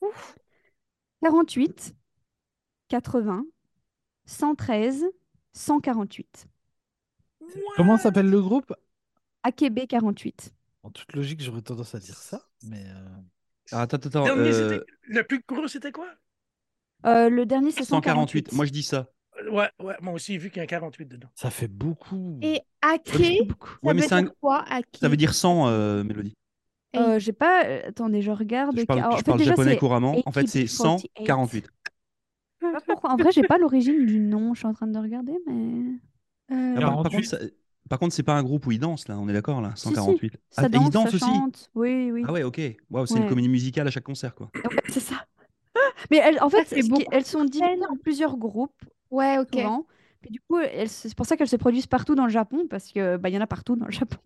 [SPEAKER 5] quarante-huit, quatre-vingts, cent treize, cent quarante-huit.
[SPEAKER 3] Comment s'appelle le groupe?
[SPEAKER 5] A K B quarante-huit.
[SPEAKER 3] En toute logique, j'aurais tendance à dire ça, mais euh,
[SPEAKER 2] Alors, attends, attends,
[SPEAKER 4] Dernier,
[SPEAKER 2] euh,
[SPEAKER 4] c'était- Le plus gros, c'était quoi?
[SPEAKER 5] Euh, le dernier, c'est
[SPEAKER 2] cent quarante-huit.
[SPEAKER 5] cent quarante-huit.
[SPEAKER 2] Moi, je dis ça.
[SPEAKER 4] Euh, Ouais, ouais, moi aussi, vu qu'il y a un quarante-huit dedans.
[SPEAKER 3] ça fait beaucoup.
[SPEAKER 1] Et Ake,
[SPEAKER 5] C'est beaucoup.
[SPEAKER 1] ça
[SPEAKER 2] Ouais, mais
[SPEAKER 1] veut
[SPEAKER 2] c'est un-
[SPEAKER 1] dire quoi, Ake?
[SPEAKER 2] Ça veut dire cent, euh, Mélodie.
[SPEAKER 5] Euh, j'ai pas. euh, Attendez, je regarde.
[SPEAKER 2] Je parle,
[SPEAKER 5] Alors, en
[SPEAKER 2] je
[SPEAKER 5] fait,
[SPEAKER 2] parle
[SPEAKER 5] déjà,
[SPEAKER 2] japonais
[SPEAKER 5] c'est
[SPEAKER 2] couramment. En fait, c'est
[SPEAKER 5] A K B
[SPEAKER 2] cent
[SPEAKER 5] quarante-huit.
[SPEAKER 2] quarante-huit.
[SPEAKER 5] Je sais pas pourquoi. En vrai, j'ai pas l'origine du nom. Je suis en train de regarder, mais.
[SPEAKER 1] Euh,
[SPEAKER 2] Ah, par, par contre,
[SPEAKER 3] quarante-huit.
[SPEAKER 2] ça- par contre, c'est pas un groupe où ils dansent, là. On est d'accord, là.
[SPEAKER 5] Si,
[SPEAKER 2] cent
[SPEAKER 5] si.
[SPEAKER 2] quarante-huit.
[SPEAKER 5] Ça
[SPEAKER 2] Ah, et ils
[SPEAKER 5] danse,
[SPEAKER 2] dansent
[SPEAKER 5] ça
[SPEAKER 2] aussi.
[SPEAKER 5] chante. Oui, oui.
[SPEAKER 2] Ah ouais, ok. Waouh, c'est
[SPEAKER 5] Ouais.
[SPEAKER 2] une comédie musicale à chaque concert, quoi.
[SPEAKER 5] Ouais, c'est ça. Mais elles- en
[SPEAKER 1] Ça
[SPEAKER 5] fait,
[SPEAKER 1] fait
[SPEAKER 5] ce qui-
[SPEAKER 1] beaucoup
[SPEAKER 5] elles sont
[SPEAKER 1] de
[SPEAKER 5] divisées
[SPEAKER 1] scènes.
[SPEAKER 5] en plusieurs groupes,
[SPEAKER 1] Ouais, ok.
[SPEAKER 5] souvent. Puis du coup, elles se- c'est pour ça qu'elles se produisent partout dans le Japon, parce que bah, il y en a partout dans le Japon.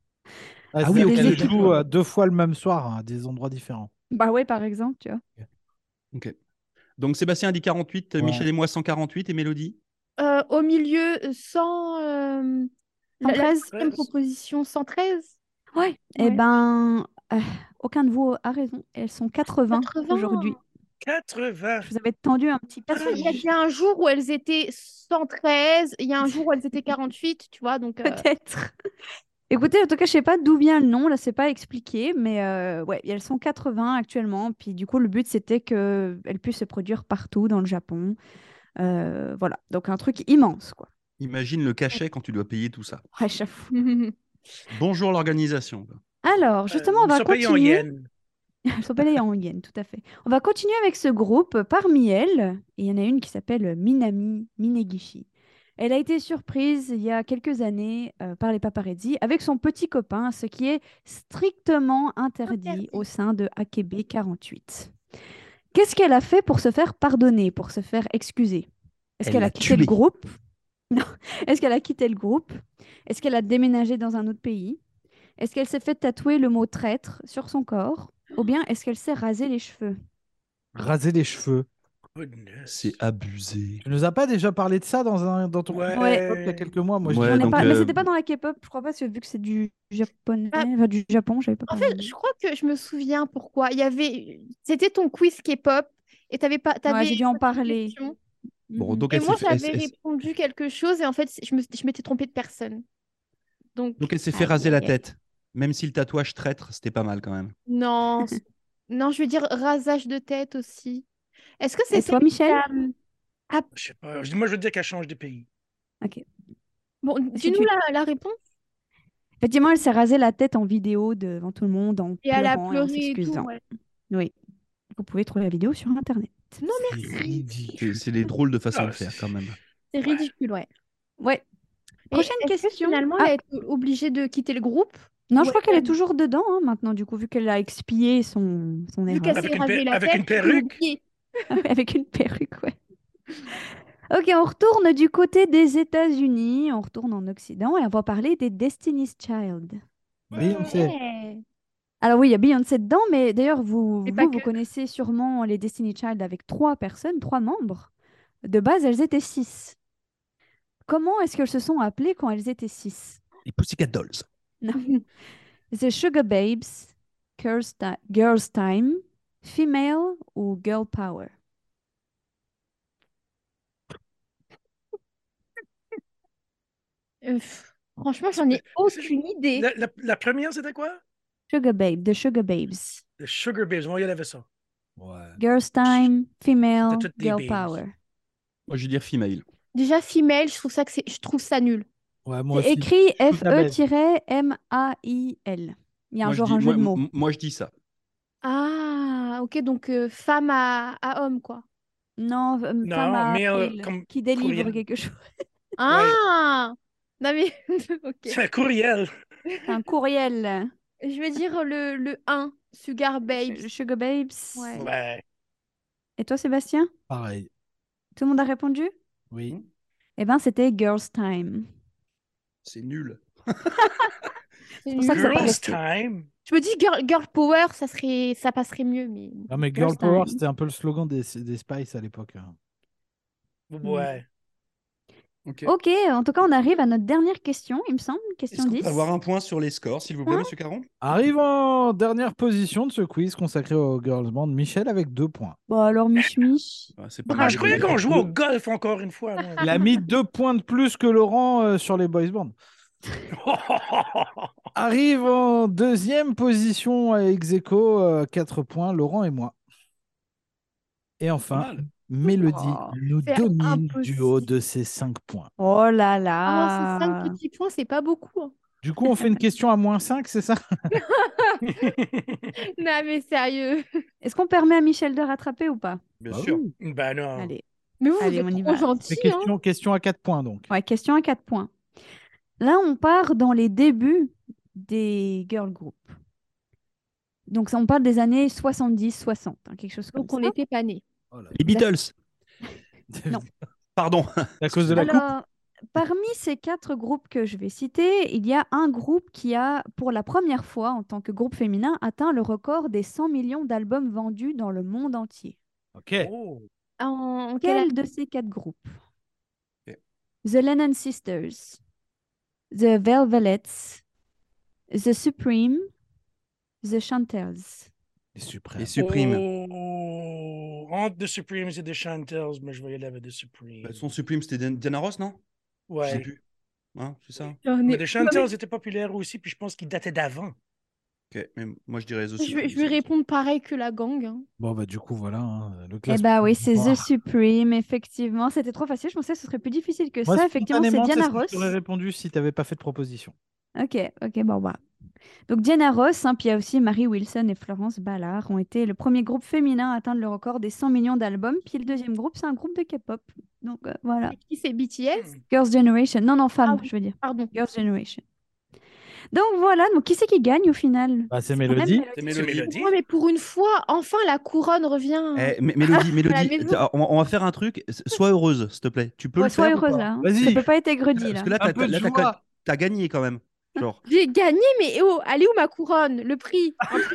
[SPEAKER 3] Ah,
[SPEAKER 2] Ah oui,
[SPEAKER 3] c'est-à-dire
[SPEAKER 2] ok,
[SPEAKER 3] qu'elle
[SPEAKER 5] ok.
[SPEAKER 3] joue euh, deux fois le même soir hein, à des endroits différents.
[SPEAKER 5] Bah ouais, par exemple, tu vois.
[SPEAKER 2] Ok. Donc, Sébastien a dit quarante-huit,
[SPEAKER 3] Ouais.
[SPEAKER 2] Michel et moi cent quarante-huit, et Mélodie
[SPEAKER 1] Euh, au milieu, cent... euh, la, la
[SPEAKER 5] cent treize.
[SPEAKER 1] deuxième proposition, cent treize.
[SPEAKER 5] Ouais. Eh
[SPEAKER 1] Ouais.
[SPEAKER 5] ben, euh, aucun de vous a raison. Elles sont quatre-vingts
[SPEAKER 1] quatre-vingts.
[SPEAKER 5] aujourd'hui.
[SPEAKER 4] quatre-vingts.
[SPEAKER 5] Je vous avais tendu un petit
[SPEAKER 1] De toute façon,
[SPEAKER 5] piège.
[SPEAKER 1] il y, a- il y a un jour où elles étaient cent treize, il y a un jour où elles étaient quarante-huit, tu vois, donc... euh,
[SPEAKER 5] Peut-être. Écoutez, en tout cas, je sais pas d'où vient le nom, là, c'est pas expliqué, mais euh, ouais, elles sont quatre-vingts actuellement. Puis du coup, le but, c'était qu'elles puissent se produire partout dans le Japon. Euh, voilà, donc un truc immense, quoi.
[SPEAKER 2] Imagine le cachet quand tu dois payer tout ça.
[SPEAKER 5] Ouais, j'avoue.
[SPEAKER 2] Bonjour l'organisation.
[SPEAKER 5] Alors,
[SPEAKER 4] Euh,
[SPEAKER 5] justement, on
[SPEAKER 4] ils
[SPEAKER 5] va
[SPEAKER 4] sont payés en
[SPEAKER 5] continuer.
[SPEAKER 4] yens.
[SPEAKER 5] Elles sont payées en yens, tout à fait. On va continuer avec ce groupe. Parmi elles, il y en a une qui s'appelle Minami Minegishi. Elle a été surprise il y a quelques années euh, par les paparazzi avec son petit copain, ce qui est strictement interdit
[SPEAKER 1] Interdit.
[SPEAKER 5] au sein de A K B quarante-huit. Qu'est-ce qu'elle a fait pour se faire pardonner, pour se faire excuser? Est-ce
[SPEAKER 2] Elle
[SPEAKER 5] qu'elle a
[SPEAKER 2] l'a
[SPEAKER 5] quitté le
[SPEAKER 2] tué.
[SPEAKER 5] groupe? Non. Est-ce qu'elle a quitté le groupe? Est-ce qu'elle a déménagé dans un autre pays? Est-ce qu'elle s'est fait tatouer le mot traître sur son corps? Ou bien est-ce qu'elle s'est rasé les cheveux?
[SPEAKER 3] Raser les cheveux.
[SPEAKER 4] Goodness.
[SPEAKER 2] C'est abusé.
[SPEAKER 3] Tu nous as pas déjà parlé de ça dans, un, dans ton
[SPEAKER 4] Ouais.
[SPEAKER 3] groupe K-pop il y a quelques mois? Moi, je
[SPEAKER 2] Ouais,
[SPEAKER 3] dis-
[SPEAKER 5] J'en ai
[SPEAKER 2] donc,
[SPEAKER 5] pas, mais
[SPEAKER 2] euh,
[SPEAKER 5] c'était pas dans la K-pop, je crois pas, parce que vu que c'est du japonais,
[SPEAKER 1] Ah.
[SPEAKER 5] enfin du Japon, j'avais pas
[SPEAKER 1] En
[SPEAKER 5] parlé.
[SPEAKER 1] fait, je crois que je me souviens pourquoi. Il y avait... C'était ton quiz K-pop et t'avais pas...
[SPEAKER 5] Ouais,
[SPEAKER 1] t'avais
[SPEAKER 5] j'ai dû en
[SPEAKER 1] posé une
[SPEAKER 5] parler.
[SPEAKER 1] question.
[SPEAKER 2] Bon,
[SPEAKER 5] Mhm.
[SPEAKER 2] donc
[SPEAKER 1] Et
[SPEAKER 2] elle s'est
[SPEAKER 1] moi,
[SPEAKER 2] fait, elle-
[SPEAKER 1] j'avais
[SPEAKER 2] elle-
[SPEAKER 1] répondu quelque chose et en fait, je me- je m'étais trompée de personne. Donc,
[SPEAKER 2] donc elle s'est fait
[SPEAKER 5] Aïe,
[SPEAKER 2] raser
[SPEAKER 5] aïe,
[SPEAKER 2] la
[SPEAKER 5] aïe.
[SPEAKER 2] tête. Même si le tatouage traître, c'était pas mal quand même.
[SPEAKER 1] non. c- Non, je veux dire rasage de tête aussi. Est-ce que
[SPEAKER 5] Et
[SPEAKER 1] c'était...
[SPEAKER 5] toi, Michel?
[SPEAKER 1] euh, ah,
[SPEAKER 4] Je sais pas. Je- Moi, je veux dire qu'elle change de pays.
[SPEAKER 5] Ok.
[SPEAKER 1] bon,
[SPEAKER 5] Est-ce que
[SPEAKER 1] dis-nous
[SPEAKER 5] tu-
[SPEAKER 1] la, la réponse.
[SPEAKER 5] Effectivement, elle s'est rasé la tête en vidéo devant tout le monde, en
[SPEAKER 1] Et elle a
[SPEAKER 5] pleurant et en
[SPEAKER 1] pleuré et tout,
[SPEAKER 5] s'excusant.
[SPEAKER 1] ouais.
[SPEAKER 5] Oui. Vous pouvez trouver la vidéo sur Internet.
[SPEAKER 1] Non,
[SPEAKER 3] C'est
[SPEAKER 1] merci.
[SPEAKER 2] C'est
[SPEAKER 3] ridicule.
[SPEAKER 2] c'est des drôles de façons
[SPEAKER 4] Ah,
[SPEAKER 2] de faire
[SPEAKER 4] c'est-
[SPEAKER 2] quand même.
[SPEAKER 1] C'est
[SPEAKER 4] Ouais.
[SPEAKER 1] ridicule, ouais.
[SPEAKER 5] Ouais.
[SPEAKER 1] Et
[SPEAKER 5] Prochaine
[SPEAKER 1] est-ce que
[SPEAKER 5] question.
[SPEAKER 1] finalement,
[SPEAKER 5] Ah.
[SPEAKER 1] elle a été obligée de quitter le groupe?
[SPEAKER 5] Non,
[SPEAKER 1] Ou
[SPEAKER 5] je crois
[SPEAKER 1] elle-
[SPEAKER 5] qu'elle est toujours dedans hein, maintenant, du coup, vu qu'elle a expié son, son
[SPEAKER 1] Vu
[SPEAKER 5] erreur.
[SPEAKER 1] qu'elle
[SPEAKER 4] Avec
[SPEAKER 1] s'est
[SPEAKER 4] une
[SPEAKER 1] rasé
[SPEAKER 4] per-
[SPEAKER 1] la
[SPEAKER 4] avec
[SPEAKER 1] tête,
[SPEAKER 4] une
[SPEAKER 1] j'ai
[SPEAKER 4] perruque?
[SPEAKER 1] oublié.
[SPEAKER 5] Avec une perruque, ouais. Ok, on retourne du côté des États-Unis, on retourne en Occident et on va parler des Destiny's Child.
[SPEAKER 3] Beyoncé.
[SPEAKER 1] Ouais.
[SPEAKER 5] Alors oui, il y a Beyoncé dedans, mais d'ailleurs, vous,
[SPEAKER 1] Et
[SPEAKER 5] vous,
[SPEAKER 1] pas
[SPEAKER 5] vous
[SPEAKER 1] que.
[SPEAKER 5] connaissez sûrement les Destiny's Child avec trois personnes, trois membres. De base, elles étaient six. Comment est-ce qu'elles se sont appelées quand elles étaient six?
[SPEAKER 2] Les Pussycat Dolls.
[SPEAKER 5] Non. The Sugar Babes, Girls, Ti- Girls Time, Female ou Girl Power?
[SPEAKER 1] Euh, pff, franchement, j'en ai aucune idée.
[SPEAKER 4] La, la- la première, c'était quoi?
[SPEAKER 5] Sugar Babe, The Sugar Babes.
[SPEAKER 4] The Sugar Babes. Moi, il y avait ça.
[SPEAKER 3] Ouais.
[SPEAKER 5] Girls Time, Female,
[SPEAKER 4] C'était toutes des
[SPEAKER 5] Girl
[SPEAKER 4] babes.
[SPEAKER 5] Power.
[SPEAKER 2] Moi, je vais dire female.
[SPEAKER 1] Déjà, female, je trouve ça que c'est, je trouve ça nul.
[SPEAKER 3] Ouais, moi
[SPEAKER 5] C'est
[SPEAKER 3] aussi.
[SPEAKER 5] écrit
[SPEAKER 3] Tout à bête.
[SPEAKER 5] F E-M-A-I-L. Il y a un
[SPEAKER 2] Moi, je
[SPEAKER 5] genre
[SPEAKER 2] dis,
[SPEAKER 5] un jeu
[SPEAKER 2] moi,
[SPEAKER 5] de mots.
[SPEAKER 2] m- moi, je dis ça.
[SPEAKER 1] Ah, ok, donc euh, femme à, à homme, quoi.
[SPEAKER 5] Non, euh,
[SPEAKER 4] Non,
[SPEAKER 5] femme à
[SPEAKER 4] mais, euh,
[SPEAKER 5] mail,
[SPEAKER 4] comme
[SPEAKER 5] qui délivre
[SPEAKER 4] courriel.
[SPEAKER 5] quelque chose.
[SPEAKER 1] Ah, non mais, ok.
[SPEAKER 4] C'est un courriel.
[SPEAKER 5] C'est un courriel.
[SPEAKER 1] Je vais dire le, le un, Sugar Babes.
[SPEAKER 5] Ch- Sugar Babes.
[SPEAKER 1] Ouais.
[SPEAKER 4] Ouais.
[SPEAKER 5] Et toi, Sébastien?
[SPEAKER 3] Pareil.
[SPEAKER 5] Tout le monde a répondu?
[SPEAKER 3] Oui.
[SPEAKER 5] Eh bien, c'était Girls Time.
[SPEAKER 2] C'est nul.
[SPEAKER 1] C'est
[SPEAKER 5] pour ça que
[SPEAKER 1] nul.
[SPEAKER 5] ça
[SPEAKER 4] Girls
[SPEAKER 5] passait.
[SPEAKER 4] Time.
[SPEAKER 1] Je me dis girl, girl power, ça serait, ça passerait mieux, mais
[SPEAKER 3] Ah, mais
[SPEAKER 5] Girls
[SPEAKER 3] Girl Power,
[SPEAKER 5] Time.
[SPEAKER 3] c'était un peu le slogan des, des Spice à l'époque. hein.
[SPEAKER 4] Ouais.
[SPEAKER 2] Ok.
[SPEAKER 5] Ok, en tout cas, on arrive à notre dernière question, il me semble,
[SPEAKER 2] Est-ce
[SPEAKER 5] question
[SPEAKER 2] qu'on
[SPEAKER 5] dix.
[SPEAKER 2] peut avoir un point sur les scores, s'il vous plaît,
[SPEAKER 5] Point.
[SPEAKER 2] monsieur Caron?
[SPEAKER 3] Arrive en dernière position de ce quiz consacré au Girls Band, Michel avec deux points.
[SPEAKER 5] Bon, alors, Mich Mich.
[SPEAKER 2] Ah, c'est pas
[SPEAKER 4] Ah,
[SPEAKER 2] mal
[SPEAKER 4] je
[SPEAKER 2] de
[SPEAKER 4] croyais
[SPEAKER 2] dire.
[SPEAKER 4] qu'on jouait au golf encore une fois. moi.
[SPEAKER 3] Il a mis deux points de plus que Laurent euh, sur les boys band. Arrive en deuxième position à ex aequo, euh, quatre points, Laurent et moi. Et
[SPEAKER 2] Pas
[SPEAKER 3] enfin,
[SPEAKER 2] mal.
[SPEAKER 3] Mélodie
[SPEAKER 5] Oh,
[SPEAKER 3] nous
[SPEAKER 1] c'est
[SPEAKER 3] domine du
[SPEAKER 1] impossible.
[SPEAKER 3] haut de ses cinq points.
[SPEAKER 5] Oh là
[SPEAKER 1] Ah, ces cinq
[SPEAKER 5] là.
[SPEAKER 1] petits points, c'est pas beaucoup. hein.
[SPEAKER 3] Du coup, on fait une question à moins cinq, c'est ça?
[SPEAKER 1] Non, mais sérieux.
[SPEAKER 5] Est-ce qu'on permet à Michel de rattraper ou pas?
[SPEAKER 2] Bien
[SPEAKER 3] Bah
[SPEAKER 2] sûr.
[SPEAKER 3] oui.
[SPEAKER 4] Ben non.
[SPEAKER 5] Allez.
[SPEAKER 1] Mais vous,
[SPEAKER 5] Allez,
[SPEAKER 1] vous
[SPEAKER 5] on y
[SPEAKER 1] êtes trop
[SPEAKER 5] va.
[SPEAKER 1] gentils.
[SPEAKER 3] C'est
[SPEAKER 1] hein.
[SPEAKER 3] question, question à quatre points donc.
[SPEAKER 5] Ouais, question à quatre points. Là, on part dans les débuts des girl groups. Donc, ça, on parle des années soixante-dix soixante, hein, quelque chose comme
[SPEAKER 1] Donc, on
[SPEAKER 5] ça.
[SPEAKER 1] n'était pas nés.
[SPEAKER 3] Oh là
[SPEAKER 2] Les Beatles.
[SPEAKER 5] Non.
[SPEAKER 2] Pardon.
[SPEAKER 3] À cause de la coupe.
[SPEAKER 5] Alors, parmi ces quatre groupes que je vais citer, il y a un groupe qui a, pour la première fois en tant que groupe féminin, atteint le record des cent millions d'albums vendus dans le monde entier.
[SPEAKER 3] Ok.
[SPEAKER 4] Oh.
[SPEAKER 1] En, en quelle
[SPEAKER 5] Quel de ces quatre groupes?
[SPEAKER 2] Ok.
[SPEAKER 5] The Lennon Sisters, The Velvets, The Supreme, The Chantels.
[SPEAKER 3] Les suprêmes.
[SPEAKER 2] Les Supremes.
[SPEAKER 4] Oh, entre The Supremes et The Chantels, mais je vais y aller avec The Supremes.
[SPEAKER 2] Bah, son Supreme, c'était Dian- Diana Ross, non? Je sais
[SPEAKER 4] Ouais.
[SPEAKER 2] plus. Hein, c'est ça?
[SPEAKER 1] J'en ai-
[SPEAKER 4] Mais The
[SPEAKER 1] Ouais,
[SPEAKER 4] Chantels était populaire aussi, puis je pense qu'il datait d'avant.
[SPEAKER 2] Ok, mais moi je dirais The
[SPEAKER 1] mais je
[SPEAKER 2] Supreme.
[SPEAKER 1] vais, je vais répondre pareil que la gang. hein.
[SPEAKER 3] Bon, bah, du coup, voilà. hein, Le
[SPEAKER 5] Eh
[SPEAKER 3] classement.
[SPEAKER 5] bah oui, c'est
[SPEAKER 3] Ah.
[SPEAKER 5] The Supreme, effectivement. C'était trop facile. Je pensais que ce serait plus difficile que
[SPEAKER 3] Moi,
[SPEAKER 5] ça. Effectivement, c'est
[SPEAKER 3] spontanément,
[SPEAKER 5] Diana
[SPEAKER 3] ce que
[SPEAKER 5] Ross.
[SPEAKER 3] je t'aurais répondu si tu n'avais pas fait de proposition.
[SPEAKER 5] Ok, ok, bon bah. Donc Diana Ross, hein, puis il y a aussi Mary Wilson et Florence Ballard ont été le premier groupe féminin à atteindre le record des cent millions d'albums. Puis le deuxième groupe, c'est un groupe de K-pop. Donc euh, voilà.
[SPEAKER 1] Et qui c'est B T S?
[SPEAKER 5] Girls' Generation. Non, non, femme,
[SPEAKER 1] Ah oui.
[SPEAKER 5] je veux dire.
[SPEAKER 1] Pardon.
[SPEAKER 5] Girls' Generation. Donc voilà, donc qui c'est qui gagne au final?
[SPEAKER 3] Bah, c'est
[SPEAKER 5] quand même
[SPEAKER 3] Mélodie.
[SPEAKER 2] C'est
[SPEAKER 4] C'est
[SPEAKER 2] Mélodie.
[SPEAKER 4] Mélodie.
[SPEAKER 1] Ouais, mais pour une fois, enfin la couronne revient.
[SPEAKER 2] Eh, M- Mélodie, Mélodie,
[SPEAKER 1] maison.
[SPEAKER 2] t'as- on, on va faire un truc. S- Sois heureuse, s'il te plaît. Tu peux
[SPEAKER 5] Ouais,
[SPEAKER 2] le
[SPEAKER 5] sois
[SPEAKER 2] faire ou
[SPEAKER 5] heureuse
[SPEAKER 2] pas?
[SPEAKER 5] là. hein.
[SPEAKER 3] Vas-y.
[SPEAKER 5] Ça peut pas être aigredi
[SPEAKER 2] Parce
[SPEAKER 5] là.
[SPEAKER 2] que là,
[SPEAKER 3] Un
[SPEAKER 2] t'as
[SPEAKER 3] peu de
[SPEAKER 2] t'as- t'as-
[SPEAKER 3] joie.
[SPEAKER 2] t'as gagné quand même. Genre.
[SPEAKER 1] J'ai gagné, mais oh, elle est où ma couronne? Le prix? Un prix.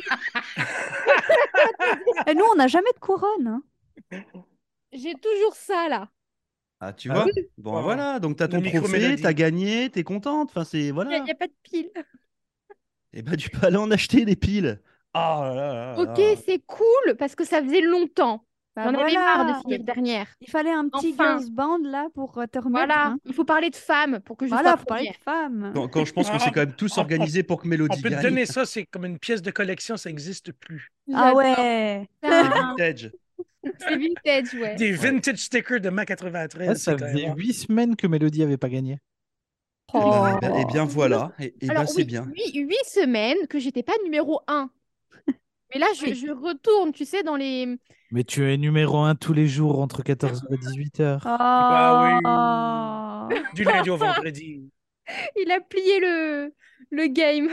[SPEAKER 5] Et nous, on n'a jamais de couronne. hein.
[SPEAKER 1] J'ai toujours ça là.
[SPEAKER 2] Ah, tu
[SPEAKER 3] Ah
[SPEAKER 2] vois?
[SPEAKER 4] oui?
[SPEAKER 2] Bon,
[SPEAKER 4] Wow.
[SPEAKER 2] voilà. Donc, t'as
[SPEAKER 4] Le
[SPEAKER 2] ton
[SPEAKER 4] micro
[SPEAKER 2] trophée,
[SPEAKER 4] Mélodie.
[SPEAKER 2] t'as gagné, t'es contente. Enfin, c'est.
[SPEAKER 1] Il n'y
[SPEAKER 2] Voilà.
[SPEAKER 1] a, pas de pile.
[SPEAKER 2] Et bah, tu peux aller en acheter des piles. Ah là là là
[SPEAKER 1] Ok,
[SPEAKER 2] là.
[SPEAKER 1] c'est cool parce que ça faisait longtemps.
[SPEAKER 5] Bah
[SPEAKER 1] J'en avais marre
[SPEAKER 5] voilà.
[SPEAKER 1] de finir dernière.
[SPEAKER 5] Il fallait un petit
[SPEAKER 1] Enfin.
[SPEAKER 5] girls band là pour euh, te remettre.
[SPEAKER 1] Voilà,
[SPEAKER 5] hein.
[SPEAKER 1] il faut parler de femmes pour que je
[SPEAKER 5] Voilà,
[SPEAKER 1] sois
[SPEAKER 5] faut parler de
[SPEAKER 1] première.
[SPEAKER 5] femmes.
[SPEAKER 2] Quand, quand je pense que
[SPEAKER 4] Ah,
[SPEAKER 2] c'est quand même tous
[SPEAKER 4] on- on-
[SPEAKER 2] organisé pour que
[SPEAKER 4] On
[SPEAKER 2] Mélodie
[SPEAKER 4] peut te
[SPEAKER 2] gagne.
[SPEAKER 4] donner ça, c'est comme une pièce de collection, ça n'existe plus.
[SPEAKER 5] Ah
[SPEAKER 1] J'adore
[SPEAKER 5] ouais.
[SPEAKER 2] C'est
[SPEAKER 1] ça.
[SPEAKER 2] vintage.
[SPEAKER 1] C'est vintage, ouais.
[SPEAKER 4] Des
[SPEAKER 2] Ouais.
[SPEAKER 4] vintage stickers de ma
[SPEAKER 3] Ah,
[SPEAKER 4] quatre-vingt-treize,
[SPEAKER 3] ça
[SPEAKER 4] c'est quand
[SPEAKER 3] faisait
[SPEAKER 4] même.
[SPEAKER 3] huit semaines que Mélodie n'avait pas gagné.
[SPEAKER 2] Eh ben, eh ben- eh
[SPEAKER 5] Oh.
[SPEAKER 2] bien, voilà. Et, et
[SPEAKER 1] Alors
[SPEAKER 2] bah, c'est
[SPEAKER 1] oui,
[SPEAKER 2] bien.
[SPEAKER 1] huit, huit semaines que j'étais pas numéro un. Mais là, je,
[SPEAKER 5] Oui.
[SPEAKER 1] je retourne, tu sais, dans les...
[SPEAKER 3] Mais tu es numéro un tous les jours entre quatorze heures et dix-huit heures.
[SPEAKER 4] Bah
[SPEAKER 5] Oh.
[SPEAKER 4] oui. Du lundi au vendredi.
[SPEAKER 1] Il a plié le, le game.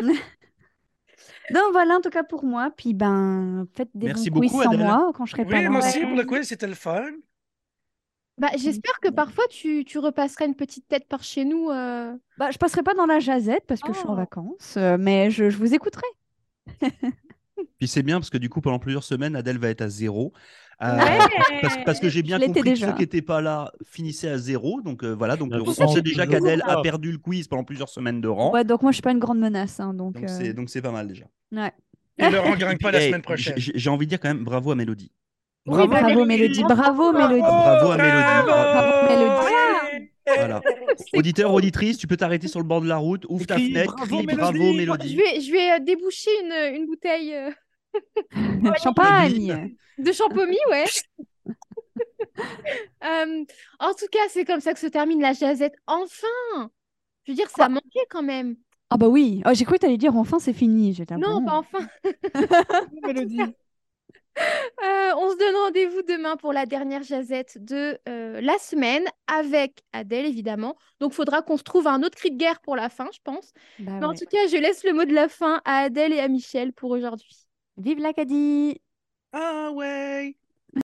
[SPEAKER 5] Donc voilà, en tout cas pour moi. Puis ben, faites des
[SPEAKER 2] Merci
[SPEAKER 5] bons quiz
[SPEAKER 2] beaucoup,
[SPEAKER 5] sans
[SPEAKER 2] Adèle.
[SPEAKER 5] moi quand je serai pas
[SPEAKER 4] Oui,
[SPEAKER 5] là.
[SPEAKER 4] moi aussi,
[SPEAKER 1] Ouais.
[SPEAKER 4] pour le quiz, c'était le fun.
[SPEAKER 1] Bah, j'espère que parfois tu, tu repasseras une petite tête par chez nous. euh.
[SPEAKER 5] Bah, je passerai pas dans la jazette parce que je suis en
[SPEAKER 1] Oh.
[SPEAKER 5] vacances, euh, mais je, je vous écouterai.
[SPEAKER 2] Puis c'est bien parce que du coup, pendant plusieurs semaines, Adèle va être à zéro. Euh,
[SPEAKER 1] Ouais.
[SPEAKER 2] parce, parce que j'ai bien
[SPEAKER 5] Je l'étais
[SPEAKER 2] compris que
[SPEAKER 5] déjà.
[SPEAKER 2] ceux qui n'étaient pas là finissaient à zéro. Donc euh, voilà, donc
[SPEAKER 3] La
[SPEAKER 2] euh, on
[SPEAKER 3] France
[SPEAKER 2] sait déjà
[SPEAKER 3] toujours
[SPEAKER 2] qu'Adèle a
[SPEAKER 3] pas.
[SPEAKER 2] perdu le quiz pendant plusieurs semaines de rang.
[SPEAKER 5] Ouais, donc moi je suis pas une grande menace, hein, donc.
[SPEAKER 2] Donc
[SPEAKER 5] euh,
[SPEAKER 2] c'est donc c'est pas mal déjà.
[SPEAKER 5] ouais.
[SPEAKER 4] Et Laurent
[SPEAKER 2] Et
[SPEAKER 4] gagne
[SPEAKER 2] puis,
[SPEAKER 4] pas la
[SPEAKER 2] hey,
[SPEAKER 4] semaine prochaine.
[SPEAKER 2] j'ai- J'ai envie de dire quand même bravo à Mélodie.
[SPEAKER 1] Oui,
[SPEAKER 3] Bravo,
[SPEAKER 1] bah,
[SPEAKER 5] Bravo
[SPEAKER 1] Mélodie.
[SPEAKER 5] Mélodie, bravo Mélodie.
[SPEAKER 2] Bravo à Mélodie.
[SPEAKER 5] Bravo, Mélodie.
[SPEAKER 2] Voilà.
[SPEAKER 1] C'est
[SPEAKER 2] Auditeur,
[SPEAKER 1] cool.
[SPEAKER 2] auditrice, tu peux t'arrêter sur le bord de la route, ouvre ta
[SPEAKER 3] Crie
[SPEAKER 2] fenêtre,
[SPEAKER 3] bravo,
[SPEAKER 2] crie
[SPEAKER 3] Mélodie.
[SPEAKER 2] bravo
[SPEAKER 1] Moi,
[SPEAKER 2] Mélodie.
[SPEAKER 1] je vais, je vais euh, déboucher une, une bouteille euh,
[SPEAKER 5] Champagne.
[SPEAKER 1] de champomy, ouais. Euh, en tout cas, c'est comme ça que se termine la jazette. Enfin! Je veux dire, ça manquait quand même.
[SPEAKER 5] Ah bah oui. Oh, j'ai cru que t'allais dire enfin c'est fini. J'étais
[SPEAKER 1] Non,
[SPEAKER 5] bon.
[SPEAKER 1] pas enfin.
[SPEAKER 3] Mélodie.
[SPEAKER 1] Euh, on se donne rendez-vous demain pour la dernière jazette de euh, la semaine avec Adèle, évidemment. Donc, il faudra qu'on se trouve un autre cri de guerre pour la fin, je pense.
[SPEAKER 5] Bah
[SPEAKER 1] Mais en
[SPEAKER 5] ouais.
[SPEAKER 1] tout cas, je laisse le mot de la fin à Adèle et à Michel pour aujourd'hui.
[SPEAKER 5] Vive l'Acadie.
[SPEAKER 4] Ah ouais.